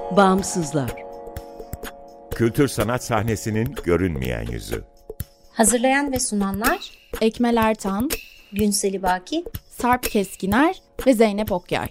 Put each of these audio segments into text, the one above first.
Bağımsızlar. Kültür sanat sahnesinin görünmeyen yüzü. Hazırlayan ve sunanlar Ekmel Ertan, Günseli Baki, Sarp Keskiner ve Zeynep Okyay.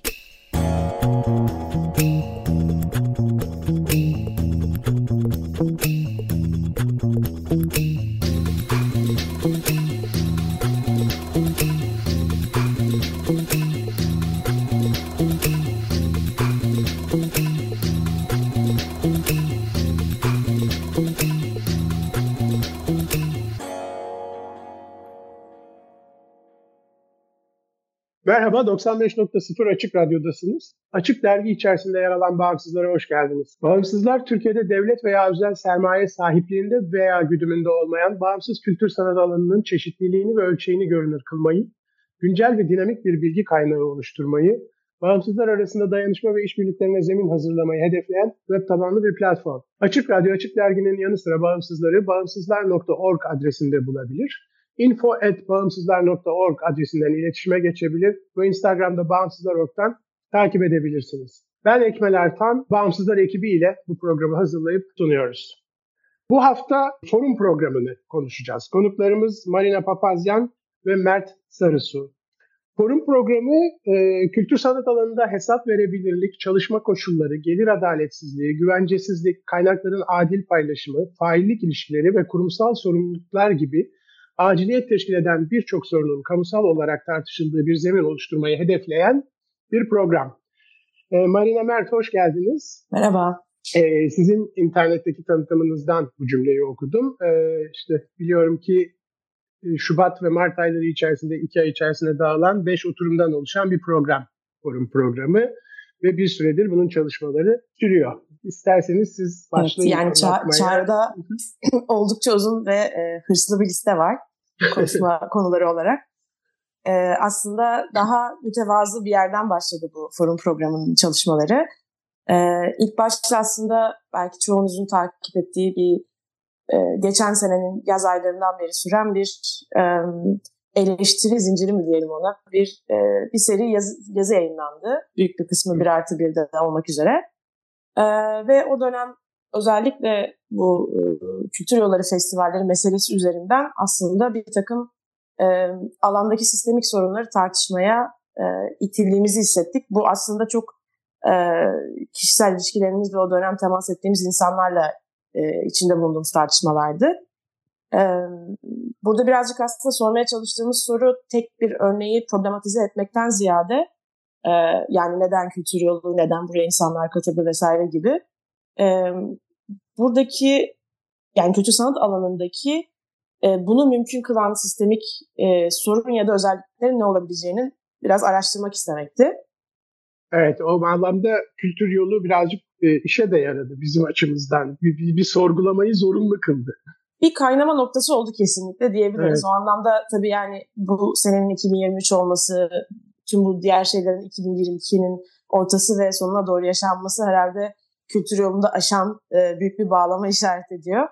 Merhaba, 95.0 Açık Radyo'dasınız. Açık Dergi içerisinde yer alan Bağımsızlar'a hoş geldiniz. Bağımsızlar, Türkiye'de devlet veya özel sermaye sahipliğinde veya güdümünde olmayan bağımsız kültür sanat alanının çeşitliliğini ve ölçeğini görünür kılmayı, güncel ve dinamik bir bilgi kaynağı oluşturmayı, bağımsızlar arasında dayanışma ve işbirliklerine zemin hazırlamayı hedefleyen web tabanlı bir platform. Açık Radyo, Açık Dergi'nin yanı sıra bağımsızları bağımsızlar.org adresinde bulabilir. info@bağımsızlar.org adresinden iletişime geçebilir ve Instagram'da Bağımsızlar.org'dan takip edebilirsiniz. Ben Ekmel Ertan, Bağımsızlar ekibiyle bu programı hazırlayıp sunuyoruz. Bu hafta forum programını konuşacağız. Konuklarımız Marina Papazyan ve Mert Sarısu. Forum programı kültür sanat alanında hesap verebilirlik, çalışma koşulları, gelir adaletsizliği, güvencesizlik, kaynakların adil paylaşımı, faillik ilişkileri ve kurumsal sorumluluklar gibi aciliyet teşkil eden birçok sorunun kamusal olarak tartışıldığı bir zemin oluşturmayı hedefleyen bir program. Marina, Mert, hoş geldiniz. Merhaba. Sizin internetteki tanıtımınızdan bu cümleyi okudum. İşte biliyorum ki Şubat ve Mart ayları içerisinde 2 ay içerisinde dağılan 5 oturumdan oluşan bir program, forum programı ve bir süredir bunun çalışmaları sürüyor. İsterseniz siz başlayın. Evet, yani çağrıda oldukça uzun ve hırslı bir liste var konuşma konuları olarak. Aslında daha mütevazı bir yerden başladı bu forum programının çalışmaları. İlk başta aslında belki çoğunuzun takip ettiği bir geçen senenin yaz aylarından beri süren bir eleştiri zinciri mi diyelim ona, bir seri yazı yayınlandı. Büyük bir kısmı 1+1'de olmak üzere. Ve o dönem özellikle bu kültür yolları festivalleri meselesi üzerinden aslında bir takım alandaki sistemik sorunları tartışmaya itildiğimizi hissettik. Bu aslında çok kişisel ilişkilerimiz ve o dönem temas ettiğimiz insanlarla içinde bulunduğumuz tartışmalardı. Burada birazcık aslında sormaya çalıştığımız soru tek bir örneği problematize etmekten ziyade yani neden kültür yolu, neden buraya insanlar katıldı vesaire gibi buradaki yani kültür sanat alanındaki bunu mümkün kılan sistemik sorun ya da özelliklerin ne olabileceğini biraz araştırmak istemekti. Evet, o anlamda kültür yolu birazcık işe de yaradı bizim açımızdan. Bir sorgulamayı zorunlu kıldı. Bir kaynama noktası oldu kesinlikle diyebiliriz. Evet. O anlamda tabii yani bu senenin 2023 olması, tüm bu diğer şeylerin 2022'nin ortası ve sonuna doğru yaşanması herhalde kültür yolunda aşan büyük bir bağlama işaret ediyor.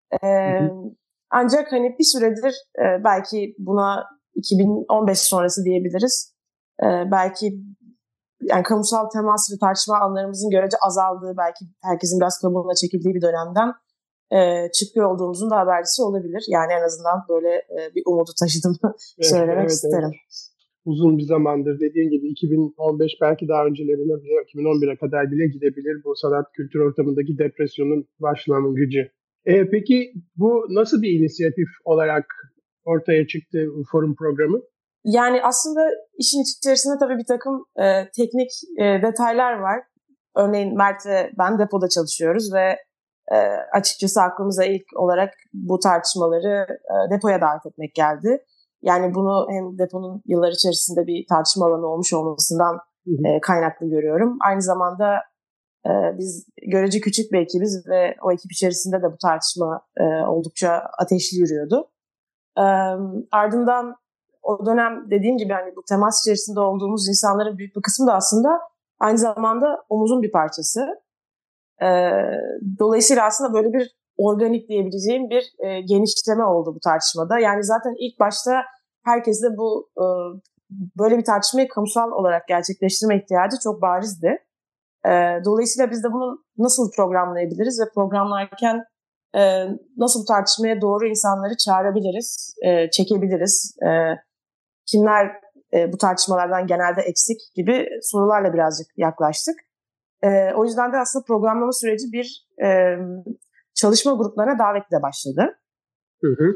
Ancak hani bir süredir belki buna 2015 sonrası diyebiliriz. Belki yani kamusal temas ve tartışma alanlarımızın görece azaldığı, belki herkesin biraz kabuğuna çekildiği bir dönemden çıkıyor olduğumuzun da habercisi olabilir. Yani en azından böyle bir umudu taşıdım söylemek isterim. Evet. Uzun bir zamandır dediğin gibi 2015 belki daha öncelerine bile 2011'e kadar bile gidebilir bu sanat kültür ortamındaki depresyonun başlangıcı. Peki bu nasıl bir inisiyatif olarak ortaya çıktı bu forum programı? Yani aslında işin içerisinde tabii bir takım teknik detaylar var. Örneğin Mert ve ben depoda çalışıyoruz ve açıkçası aklımıza ilk olarak bu tartışmaları depoya davet etmek geldi. Yani bunu hem deponun yıllar içerisinde bir tartışma alanı olmuş olmasından kaynaklı görüyorum. Aynı zamanda biz görece küçük bir ekibiz ve o ekip içerisinde de bu tartışma oldukça ateşli yürüyordu. Ardından o dönem dediğim gibi hani bu temas içerisinde olduğumuz insanların büyük bir kısmı da aslında aynı zamanda omuzun bir parçası. Dolayısıyla aslında böyle bir organik diyebileceğim bir genişleme oldu bu tartışmada. Yani zaten ilk başta herkes de bu böyle bir tartışmayı kamusal olarak gerçekleştirme ihtiyacı çok barizdi. Dolayısıyla biz de bunu nasıl programlayabiliriz ve programlarken nasıl tartışmaya doğru insanları çağırabiliriz, çekebiliriz, kimler bu tartışmalardan genelde eksik gibi sorularla birazcık yaklaştık. O yüzden de aslında programlama süreci bir çalışma gruplarına davetle başladı. Hı hı.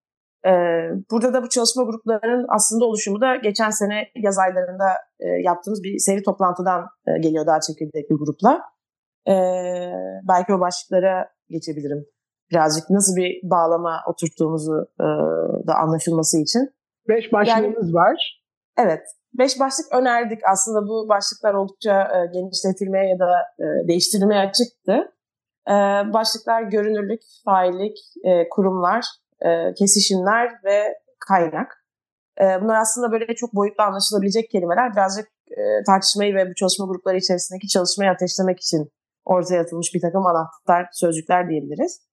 Burada da bu çalışma gruplarının aslında oluşumu da geçen sene yaz aylarında yaptığımız bir seri toplantıdan geliyor, daha çekirdek bir grupla. Belki o başlıklara geçebilirim. Birazcık nasıl bir bağlama oturttuğumuzu da anlaşılması için. 5 başlığımız var. Evet. 5 başlık önerdik. Aslında bu başlıklar oldukça genişletilmeye ya da değiştirilmeye açıktı. Başlıklar görünürlük, faillik, kurumlar, kesişimler ve kaynak. Bunlar aslında böyle çok boyutlu anlaşılabilecek kelimeler. Birazcık tartışmayı ve bu çalışma grupları içerisindeki çalışmayı ateşlemek için ortaya atılmış bir takım anahtar sözcükler diyebiliriz.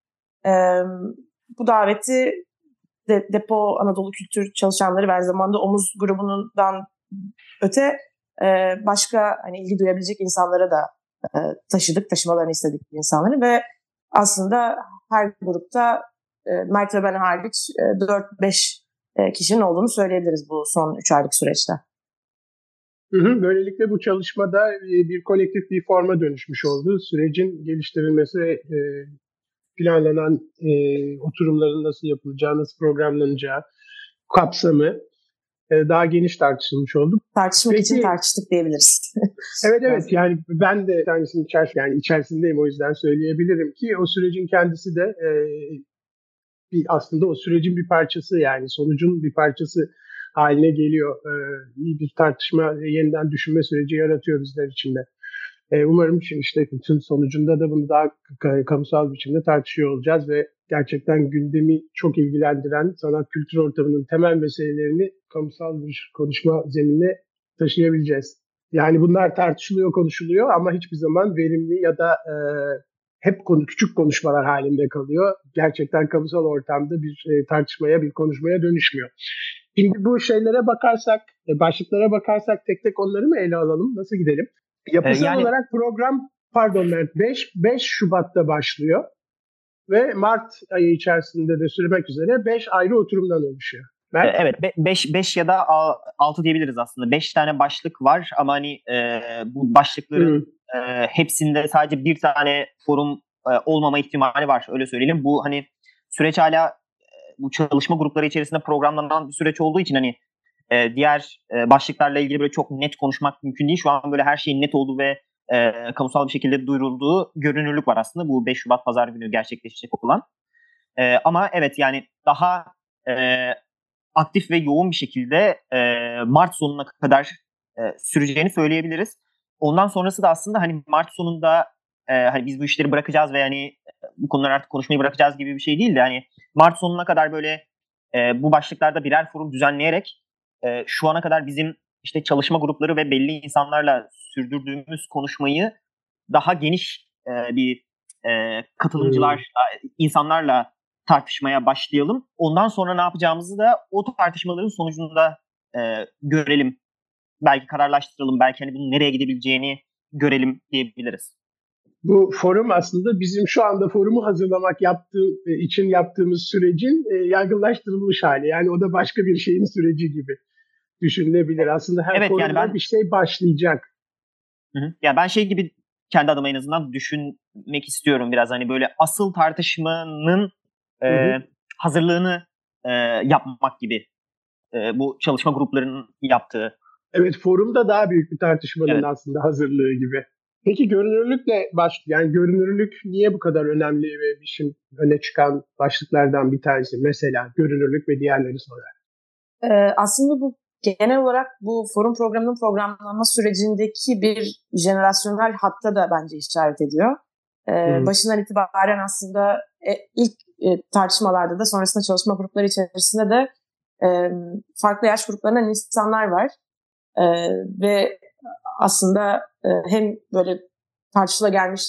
Bu daveti Depo Anadolu Kültür çalışanları ve aynı zamanda Omuz grubundan öte başka hani ilgi duyabilecek insanlara da taşımalarını istedik insanları ve aslında her grupta Mert ve ben hariç 4-5 kişinin olduğunu söyleyebiliriz bu son 3 aylık süreçte. Böylelikle bu çalışmada bir kolektif bir forma dönüşmüş oldu. Sürecin geliştirilmesi ve planlanan oturumların nasıl yapılacağı, nasıl programlanacağı kapsamı daha geniş tartışılmış oldu. Tartışmak için tartıştık diyebiliriz. Evet yani ben de tanesinin içerisindeyim, o yüzden söyleyebilirim ki o sürecin kendisi de aslında o sürecin bir parçası, yani sonucun bir parçası haline geliyor. İyi bir tartışma, yeniden düşünme süreci yaratıyor bizler için de. Umarım işte bütün sonucunda da bunu daha kamusal biçimde tartışıyor olacağız ve gerçekten gündemi çok ilgilendiren sanat kültür ortamının temel meselelerini kamusal bir konuşma zeminine taşıyabileceğiz. Yani bunlar tartışılıyor, konuşuluyor ama hiçbir zaman verimli ya da hep küçük konuşmalar halinde kalıyor. Gerçekten kamusal ortamda bir tartışmaya, bir konuşmaya dönüşmüyor. Şimdi bu şeylere bakarsak, başlıklara bakarsak tek tek onları mı ele alalım? Nasıl gidelim? Yapısal olarak program 5 Şubat'ta başlıyor ve Mart ayı içerisinde de sürmek üzere 5 ayrı oturumdan oluşuyor. Evet, 5 ya da 6 diyebiliriz aslında. 5 tane başlık var ama hani bu başlıkların hepsinde sadece bir tane forum olmama ihtimali var, öyle söyleyelim. Bu hani süreç hala bu çalışma grupları içerisinde programlanan bir süreç olduğu için hani diğer başlıklarla ilgili böyle çok net konuşmak mümkün değil. Şu an böyle her şeyin net olduğu ve kamusal bir şekilde duyurulduğu görünürlük var aslında. Bu 5 Şubat Pazar günü gerçekleşecek olan. Ama evet yani daha aktif ve yoğun bir şekilde Mart sonuna kadar süreceğini söyleyebiliriz. Ondan sonrası da aslında hani Mart sonunda hani biz bu işleri bırakacağız ve yani bu konuları artık konuşmayı bırakacağız gibi bir şey değil de hani Mart sonuna kadar böyle bu başlıklarda birer forum düzenleyerek şu ana kadar bizim işte çalışma grupları ve belli insanlarla sürdürdüğümüz konuşmayı daha geniş bir katılımcılar, insanlarla tartışmaya başlayalım. Ondan sonra ne yapacağımızı da o tartışmaların sonucunda görelim. Belki kararlaştıralım. Belki hani bunun nereye gidebileceğini görelim diyebiliriz. Bu forum aslında bizim şu anda forumu hazırlamak için yaptığımız sürecin yaygınlaştırılmış hali. Yani o da başka bir şeyin süreci gibi düşünülebilir. Aslında her forumda yani bir şey başlayacak. Yani ben şey gibi kendi adıma en azından düşünmek istiyorum biraz. Hani böyle asıl tartışmanın hazırlığını yapmak gibi. Bu çalışma gruplarının yaptığı. Evet, forumda daha büyük bir tartışmanın aslında hazırlığı gibi. Peki görünürlükle yani görünürlük niye bu kadar önemli ve bizim öne çıkan başlıklardan bir tanesi? Mesela görünürlük ve diğerleri sonra. Aslında bu genel olarak bu forum programının programlanma sürecindeki bir jenerasyonel hatta da bence işaret ediyor. Başından itibaren aslında ilk tartışmalarda da sonrasında çalışma grupları içerisinde de farklı yaş gruplarından insanlar var. Ve aslında hem böyle tartışıla gelmiş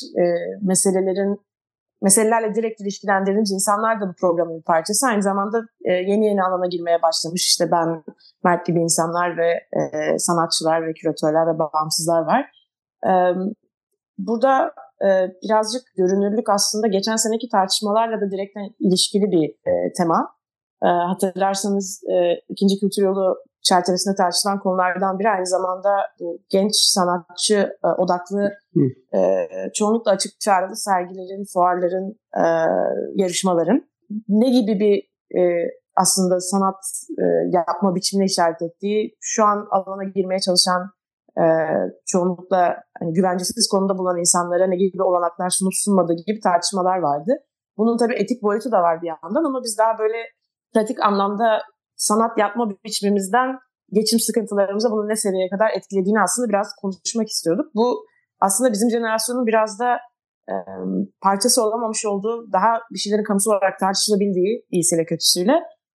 meselelerle direkt ilişkilendirilmiş insanlar da bu programın bir parçası. Aynı zamanda yeni alana girmeye başlamış. İşte ben, Mert gibi insanlar ve sanatçılar ve küratörler ve bağımsızlar var. burada birazcık görünürlük aslında geçen seneki tartışmalarla da direkten ilişkili bir tema. Hatırlarsanız ikinci kültür yolu çerçevesinde tartışılan konulardan biri aynı zamanda genç sanatçı odaklı çoğunlukla açık çağrılı sergilerin, fuarların, yarışmaların ne gibi bir aslında sanat yapma biçimine işaret ettiği, şu an alana girmeye çalışan çoğunlukla hani güvencesiz konumda bulunan insanlara ne gibi olanaklar sunup sunmadığı gibi tartışmalar vardı. Bunun tabii etik boyutu da var bir yandan ama biz daha böyle pratik anlamda sanat yapma biçimimizden geçim sıkıntılarımıza bunun ne seviyeye kadar etkilediğini aslında biraz konuşmak istiyorduk. Bu aslında bizim jenerasyonun biraz da parçası olamamış olduğu, daha bir şeylerin kamusal olarak tartışılabildiği, iyisiyle kötüsüyle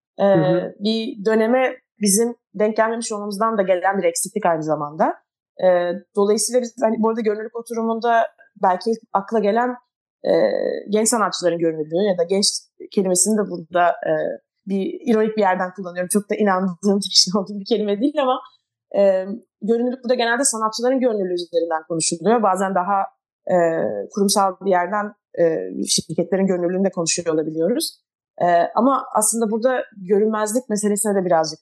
bir döneme bizim denk gelmemiş olmamızdan da gelen bir eksiklik aynı zamanda. Dolayısıyla biz hani bu arada gönüllülük oturumunda belki akla gelen genç sanatçıların gönüllülüğü ya da genç kelimesini de burada bir ironik bir yerden kullanıyorum. Çok da inandığım bir şey olduğum bir kelime değil ama gönüllülük burada genelde sanatçıların gönüllülüğü üzerinden konuşuluyor. Bazen daha kurumsal bir yerden şirketlerin gönüllülüğünde konuşuyor olabiliyoruz. Ama aslında burada görünmezlik meselesine de birazcık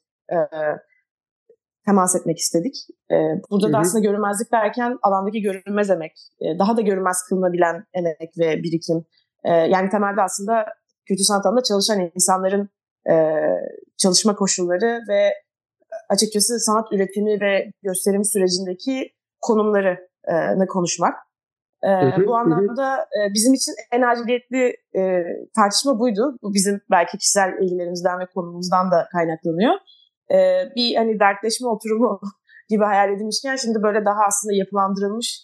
temas etmek istedik. Burada da aslında görünmezlik derken alandaki görünmez emek, daha da görünmez kılınabilen emek ve birikim. Yani temelde aslında kültür sanat alanında çalışan insanların çalışma koşulları ve açıkçası sanat üretimi ve gösterim sürecindeki konumlarını konuşmak. Bu anlamda bizim için en aciliyetli tartışma buydu. Bu bizim belki kişisel ilgilerimizden ve konumuzdan da kaynaklanıyor. Bir hani dertleşme oturumu gibi hayal edilmişken şimdi böyle daha aslında yapılandırılmış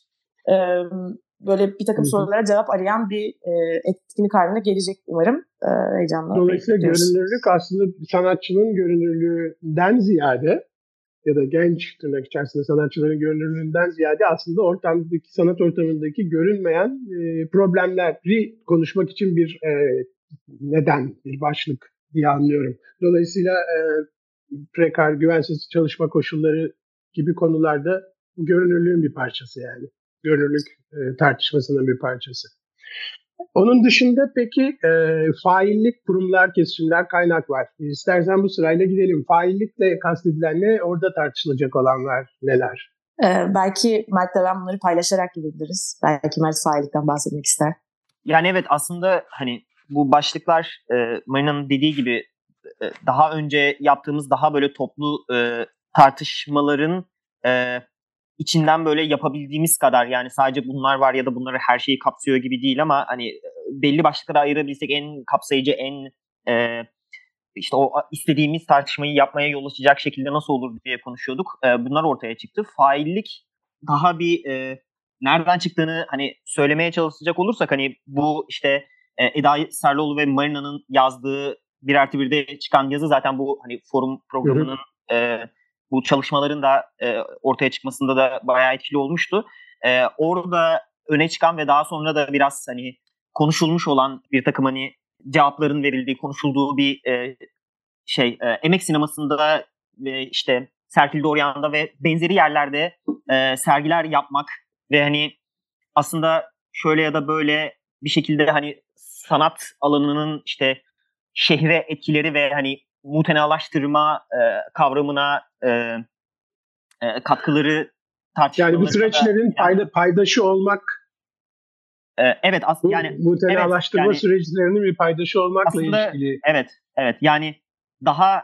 böyle bir takım sorulara cevap arayan bir etkinlik haline gelecek umarım. Heyecanla. Dolayısıyla görünürlük aslında sanatçının görünürlüğünden ziyade ya da genç tırnak içerisinde sanatçıların görünürlüğünden ziyade aslında ortamdaki, sanat ortamındaki görünmeyen problemleri konuşmak için bir neden, bir başlık diye anlıyorum. Dolayısıyla prekar, güvensiz çalışma koşulları gibi konularda bu görünürlüğün bir parçası yani. Görünürlük tartışmasının bir parçası. Onun dışında peki faillik, kurumlar, kesişimler, kaynak var. İstersen bu sırayla gidelim. Faillikle kastedilen ne? Orada tartışılacak olanlar neler? Belki Mert'le ben bunları paylaşarak gidebiliriz. Belki Mert faillikten bahsetmek ister. Yani evet, aslında hani bu başlıklar Marina'nın dediği gibi daha önce yaptığımız daha böyle toplu tartışmaların içinden böyle yapabildiğimiz kadar, yani sadece bunlar var ya da bunları her şeyi kapsıyor gibi değil ama hani belli başlıklara ayırabilsek en kapsayıcı, en işte o istediğimiz tartışmayı yapmaya yol açacak şekilde nasıl olur diye konuşuyorduk. Bunlar ortaya çıktı. Faillik daha bir nereden çıktığını hani söylemeye çalışacak olursak, hani bu işte Eda Sarlıoğlu ve Marina'nın yazdığı 1+1'de çıkan yazı zaten bu hani forum programının bu çalışmaların da ortaya çıkmasında da bayağı etkili olmuştu. Orada öne çıkan ve daha sonra da biraz hani konuşulmuş olan bir takım hani cevapların verildiği, konuşulduğu bir emek sinemasında ve işte Serpil Doğruyan'da ve benzeri yerlerde sergiler yapmak ve hani aslında şöyle ya da böyle bir şekilde hani sanat alanının işte şehre etkileri ve hani mutenalaştırma kavramına katkıları tartışılıyor. Yani bu süreçlerin paydaşı olmak. Evet aslında yani mutenalaştırma yani, süreçlerinin bir paydaşı olmakla aslında, ilgili. Evet yani daha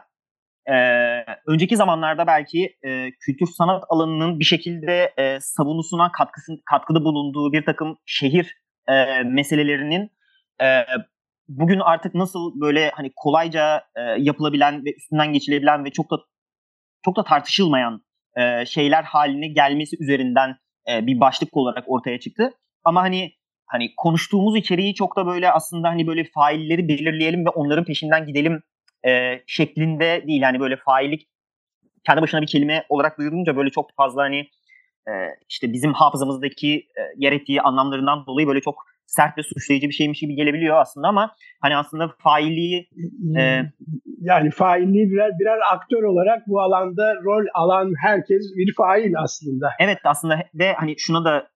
önceki zamanlarda belki kültür sanat alanının bir şekilde savunusuna katkıda bulunduğu bir takım şehir meselelerinin bugün artık nasıl böyle hani kolayca yapılabilen ve üstünden geçilebilen ve çok da tartışılmayan şeyler haline gelmesi üzerinden bir başlık olarak ortaya çıktı. Ama hani konuştuğumuz içeriği çok da böyle aslında hani böyle failleri belirleyelim ve onların peşinden gidelim şeklinde değil. Yani böyle faillik kendi başına bir kelime olarak duyulunca böyle çok fazla hani işte bizim hafızamızdaki yer ettiği anlamlarından dolayı böyle çok sert ve suçlayıcı bir şeymiş gibi gelebiliyor aslında, ama hani aslında failliği yani failliği birer aktör olarak bu alanda rol alan herkes bir fail aslında. Evet aslında ve hani şuna da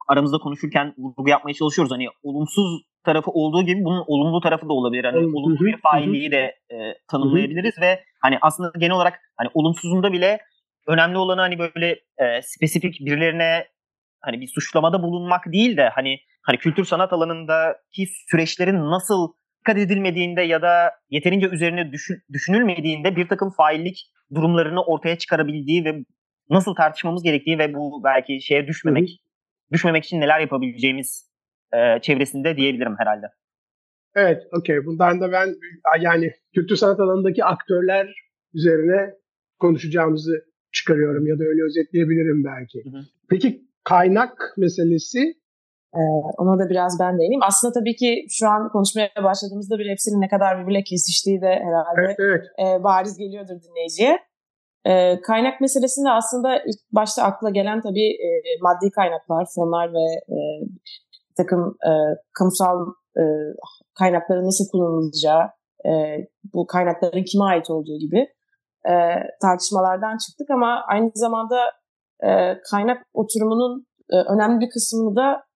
aramızda konuşurken vurgu yapmaya çalışıyoruz. Hani olumsuz tarafı olduğu gibi bunun olumlu tarafı da olabilir. Hani olumlu bir failliği de tanımlayabiliriz ve hani aslında genel olarak hani olumsuzunda bile önemli olanı hani böyle spesifik birilerine hani bir suçlamada bulunmak değil de hani kültür sanat alanındaki süreçlerin nasıl dikkat edilmediğinde ya da yeterince üzerine düşünülmediğinde bir takım faillik durumlarını ortaya çıkarabildiği ve nasıl tartışmamız gerektiği ve bu belki şeye düşmemek için neler yapabileceğimiz çevresinde diyebilirim herhalde. Evet, okey. Bundan da ben yani kültür sanat alanındaki aktörler üzerine konuşacağımızı çıkarıyorum ya da öyle özetleyebilirim belki. Peki kaynak meselesi? Ona da biraz ben değineyim. Aslında tabii ki şu an konuşmaya başladığımızda bir hepsinin ne kadar birbirine kesiştiği de herhalde bariz geliyordur dinleyiciye. Kaynak meselesinde aslında ilk başta akla gelen tabii maddi kaynaklar, fonlar ve bir takım kamusal kaynakların nasıl kullanılacağı, bu kaynakların kime ait olduğu gibi tartışmalardan çıktık ama aynı zamanda kaynak oturumunun önemli bir kısmını da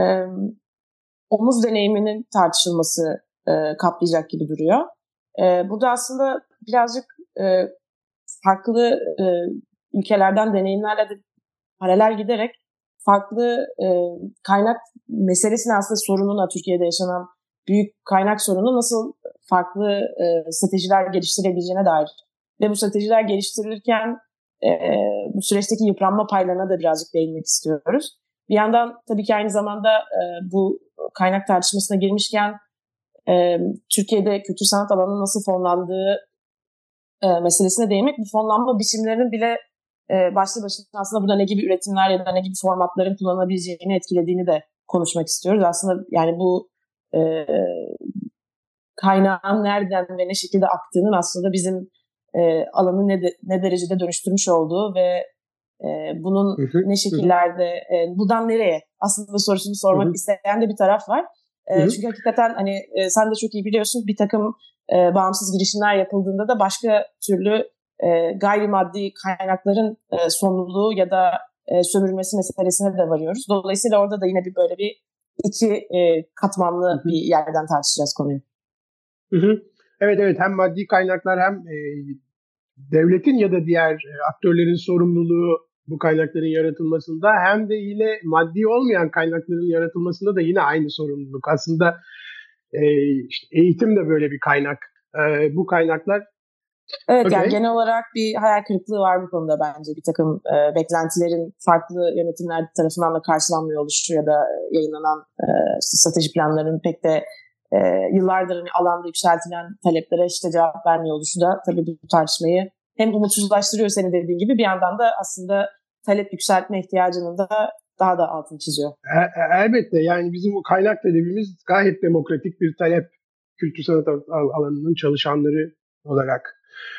omuz deneyiminin tartışılması kaplayacak gibi duruyor. Burada aslında birazcık farklı ülkelerden deneyimlerle de paralel giderek farklı kaynak meselesini aslında sorununa, Türkiye'de yaşanan büyük kaynak sorunu nasıl farklı stratejiler geliştirebileceğine dair ve bu stratejiler geliştirilirken bu süreçteki yıpranma paylarına da birazcık değinmek istiyoruz. Bir yandan tabii ki aynı zamanda bu kaynak tartışmasına girmişken Türkiye'de kültür sanat alanının nasıl fonlandığı meselesine değinmek, bu fonlanma biçimlerinin bile başlı başına aslında burada ne gibi üretimler ya da ne gibi formatların kullanılabileceğini etkilediğini de konuşmak istiyoruz. Aslında yani bu kaynağın nereden ve ne şekilde aktığının aslında bizim alanı ne derecede dönüştürmüş olduğu ve bunun ne şekillerde buradan nereye aslında sorusunu sormak isteyen de bir taraf var. Çünkü hakikaten hani sen de çok iyi biliyorsun, bir takım bağımsız girişimler yapıldığında da başka türlü gayrimaddi kaynakların sonluluğu ya da sömürülmesi meselesine de varıyoruz. Dolayısıyla orada da yine bir böyle bir iki katmanlı bir yerden tartışacağız konuyu. Evet, hem maddi kaynaklar hem devletin ya da diğer aktörlerin sorumluluğu bu kaynakların yaratılmasında, hem de yine maddi olmayan kaynakların yaratılmasında da yine aynı sorumluluk. Aslında işte eğitim de böyle bir kaynak. Bu kaynaklar. Evet, yani genel olarak bir hayal kırıklığı var bu konuda bence. Bir takım beklentilerin farklı yönetimler tarafından da karşılanmıyor oluşu ya da yayınlanan strateji planlarının pek de yıllardır hani alanda yükseltilen taleplere işte cevap vermiyor oluşu da tabii bu tartışmayı hem umutsuzlaştırıyor senin dediğin gibi, bir yandan da aslında talep yükseltme ihtiyacının da daha da altını çiziyor. Elbette, yani bizim bu kaynak talebimiz gayet demokratik bir talep kültür sanat alanının çalışanları olarak.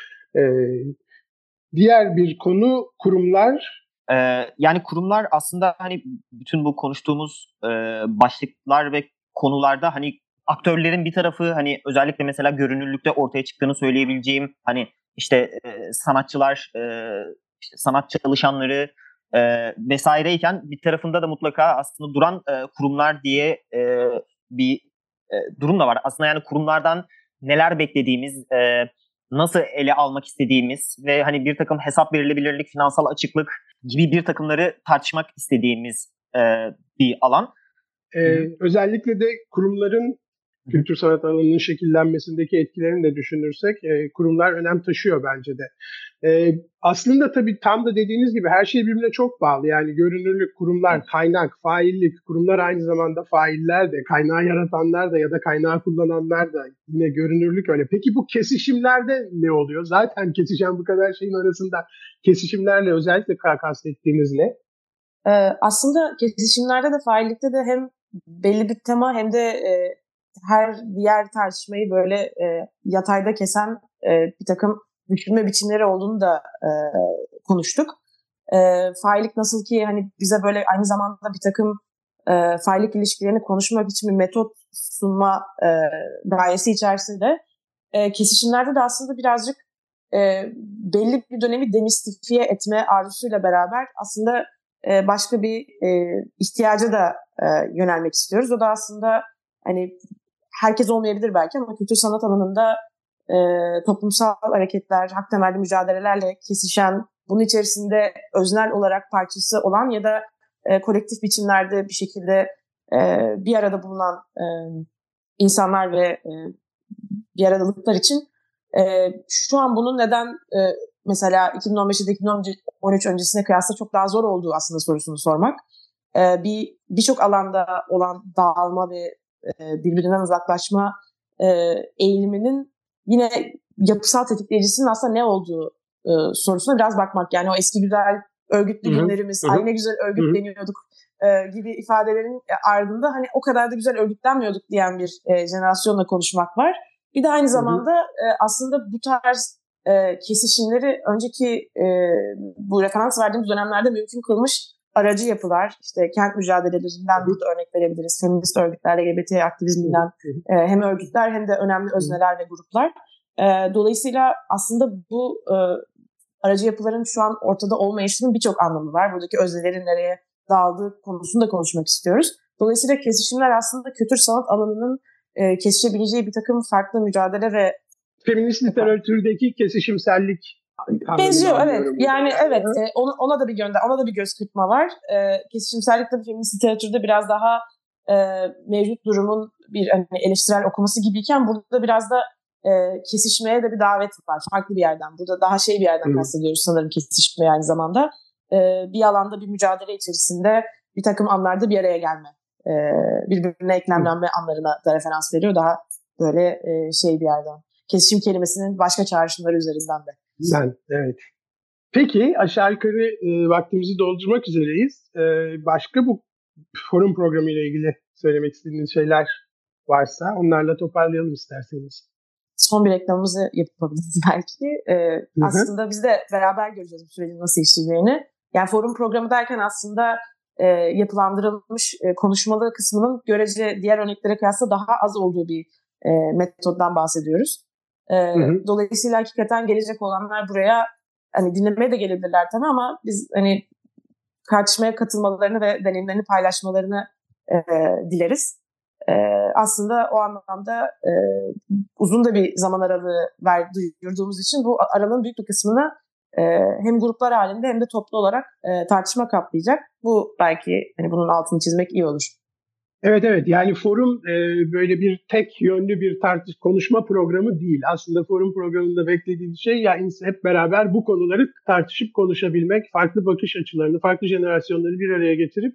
Diğer bir konu kurumlar. Yani kurumlar aslında hani bütün bu konuştuğumuz başlıklar ve konularda hani aktörlerin bir tarafı, hani özellikle mesela görünürlükte ortaya çıktığını söyleyebileceğim hani işte sanatçılar, işte sanat çalışanları vesaireyken bir tarafında da mutlaka aslında duran kurumlar diye bir durum da var. Aslında yani kurumlardan neler beklediğimiz, nasıl ele almak istediğimiz ve hani bir takım hesap verilebilirlik, finansal açıklık gibi bir takımları tartışmak istediğimiz bir alan. Özellikle de kurumların kültür sanat alanının şekillenmesindeki etkilerini de düşünürsek kurumlar önem taşıyor bence de. Aslında tabii tam da dediğiniz gibi her şey birbirine çok bağlı. Yani görünürlük, kurumlar, kaynak, faillik, kurumlar aynı zamanda failler de, kaynağı yaratanlar da ya da kaynağı kullananlar da, yine görünürlük öyle. Peki bu kesişimlerde ne oluyor? Zaten kesişen bu kadar şeyin arasında kesişimlerle özellikle kastettiğiniz ne? Aslında kesişimlerde de faillikte de hem belli bir tema hem de her diğer tartışmayı böyle yatayda kesen bir takım düşünme biçimleri olduğunu da konuştuk. Faillik nasıl ki hani bize böyle aynı zamanda bir takım faillik ilişkilerini konuşmak için bir metot sunma gayesi içerisinde, kesişimlerde de aslında birazcık belli bir dönemi demistifiye etme arzusuyla beraber aslında başka bir ihtiyaca da yönelmek istiyoruz. O da aslında hani herkes olmayabilir belki ama kültür sanat alanında toplumsal hareketler, hak temelli mücadelelerle kesişen, bunun içerisinde öznel olarak parçası olan ya da kolektif biçimlerde bir şekilde bir arada bulunan insanlar ve bir aradalıklar için şu an bunun neden mesela 2015 ile 2013 öncesine kıyasla çok daha zor olduğu aslında sorusunu sormak. Birçok alanda olan dağılma ve birbirinden uzaklaşma eğiliminin yine yapısal tetikleyicisinin aslında ne olduğu sorusuna biraz bakmak. Yani o eski güzel örgütlü günlerimiz, ay ne güzel örgütleniyorduk gibi ifadelerin ardında hani o kadar da güzel örgütlenmiyorduk diyen bir jenerasyonla konuşmak var. Bir de aynı zamanda aslında bu tarz kesişimleri önceki bu referans verdiğimiz dönemlerde mümkün kılmış aracı yapılar, işte kent mücadelelerinden burada örnek verebiliriz, feminist örgütler, LGBT aktivizminden hem örgütler hem de önemli özneler ve gruplar. Dolayısıyla aslında bu aracı yapıların şu an ortada olmayışının birçok anlamı var. Buradaki öznelerin nereye dağıldığı konusunu da konuşmak istiyoruz. Dolayısıyla kesişimler aslında kültür sanat alanının kesişebileceği bir takım farklı mücadele ve feminist literatürdeki kesişimsellik benziyor, evet. Yani evet, ona da bir göz kırpma var. Kesişimsellik tabii feminist literatürde biraz daha mevcut durumun bir hani eleştirel okuması gibiyken burada biraz da kesişmeye de bir davet var farklı bir yerden. Burada daha bir yerden kastediyoruz sanırım kesişmeye aynı zamanda. Bir alanda bir mücadele içerisinde bir takım anlarda bir araya gelme, birbirine eklemlenme anlarına da referans veriyor. Daha böyle bir yerden. Kesişim kelimesinin başka çağrışımları üzerinden de. Evet. Peki aşağı yukarı vaktimizi doldurmak üzereyiz. Başka bu forum programı ile ilgili söylemek istediğiniz şeyler varsa onlarla toparlayalım isterseniz. Son bir reklamımızı yapabiliriz belki. Aslında biz de beraber göreceğiz bu sürecin nasıl işleyeceğini. Yani forum programı derken aslında yapılandırılmış konuşmalı kısmının görece diğer örneklere kıyasla daha az olduğu bir metoddan bahsediyoruz. Dolayısıyla hakikaten gelecek olanlar buraya hani dinlemeye de gelebilirler tabii ama biz hani tartışmaya katılmalarını ve deneyimlerini paylaşmalarını dileriz. Aslında o anlamda uzun da bir zaman aralığı duyurduğumuz için bu aralığın büyük bir kısmını hem gruplar halinde hem de toplu olarak tartışma kaplayacak. Bu belki hani bunun altını çizmek iyi olur. Evet, yani forum böyle bir tek yönlü bir konuşma programı değil. Aslında forum programında beklediğimiz şey yani hep beraber bu konuları tartışıp konuşabilmek, farklı bakış açılarını, farklı jenerasyonları bir araya getirip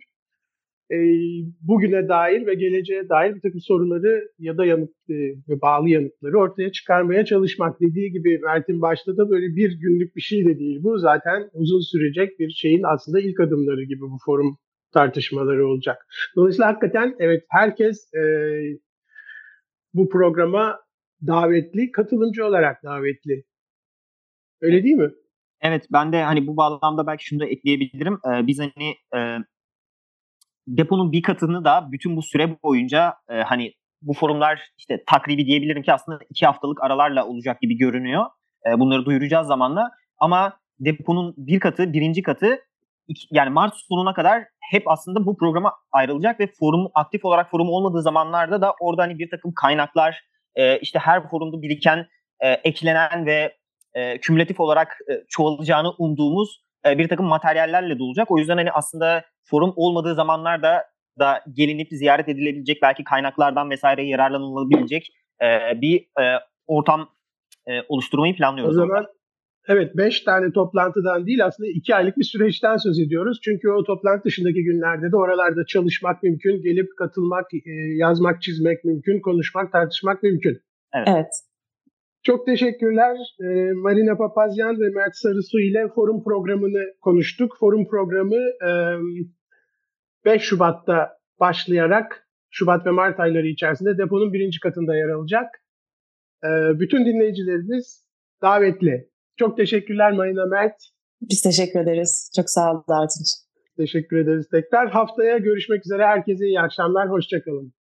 bugüne dair ve geleceğe dair bir takım soruları ya da ve bağlı yanıtları ortaya çıkarmaya çalışmak. Dediği gibi Mert'in başta da böyle bir günlük bir şey de değil bu. Zaten uzun sürecek bir şeyin aslında ilk adımları gibi bu forum tartışmaları olacak. Dolayısıyla hakikaten evet herkes bu programa davetli, katılımcı olarak davetli. Öyle değil mi? Evet, ben de hani bu bağlamda belki şunu da ekleyebilirim. Biz hani deponun bir katını da bütün bu süre boyunca hani bu forumlar işte takribi diyebilirim ki aslında 2 haftalık aralarla olacak gibi görünüyor. Bunları duyuracağız zamanla. Ama deponun birinci katı yani Mart sonuna kadar hep aslında bu programa ayrılacak ve aktif olarak forum olmadığı zamanlarda da orada hani bir takım kaynaklar işte her forumda biriken eklenen ve kümülatif olarak çoğalacağını umduğumuz bir takım materyallerle dolacak. O yüzden hani aslında forum olmadığı zamanlarda da gelinip ziyaret edilebilecek belki kaynaklardan vesaire yararlanılabilecek bir ortam oluşturmayı planlıyoruz. O zaman evet 5 tane toplantıdan değil aslında 2 aylık bir süreçten söz ediyoruz. Çünkü o toplantı dışındaki günlerde de oralarda çalışmak mümkün, gelip katılmak, yazmak, çizmek mümkün, konuşmak, tartışmak mümkün. Evet. Çok teşekkürler. Marina Papazyan ve Mert Sarısu ile forum programını konuştuk. Forum programı 5 Şubat'ta başlayarak Şubat ve Mart ayları içerisinde deponun 1. katında yer alacak. Bütün dinleyicilerimiz davetli. Çok teşekkürler Marina, Mert. Biz teşekkür ederiz. Çok sağ olun Artunç. Teşekkür ederiz tekrar. Haftaya görüşmek üzere. Herkese iyi akşamlar. Hoşça kalın.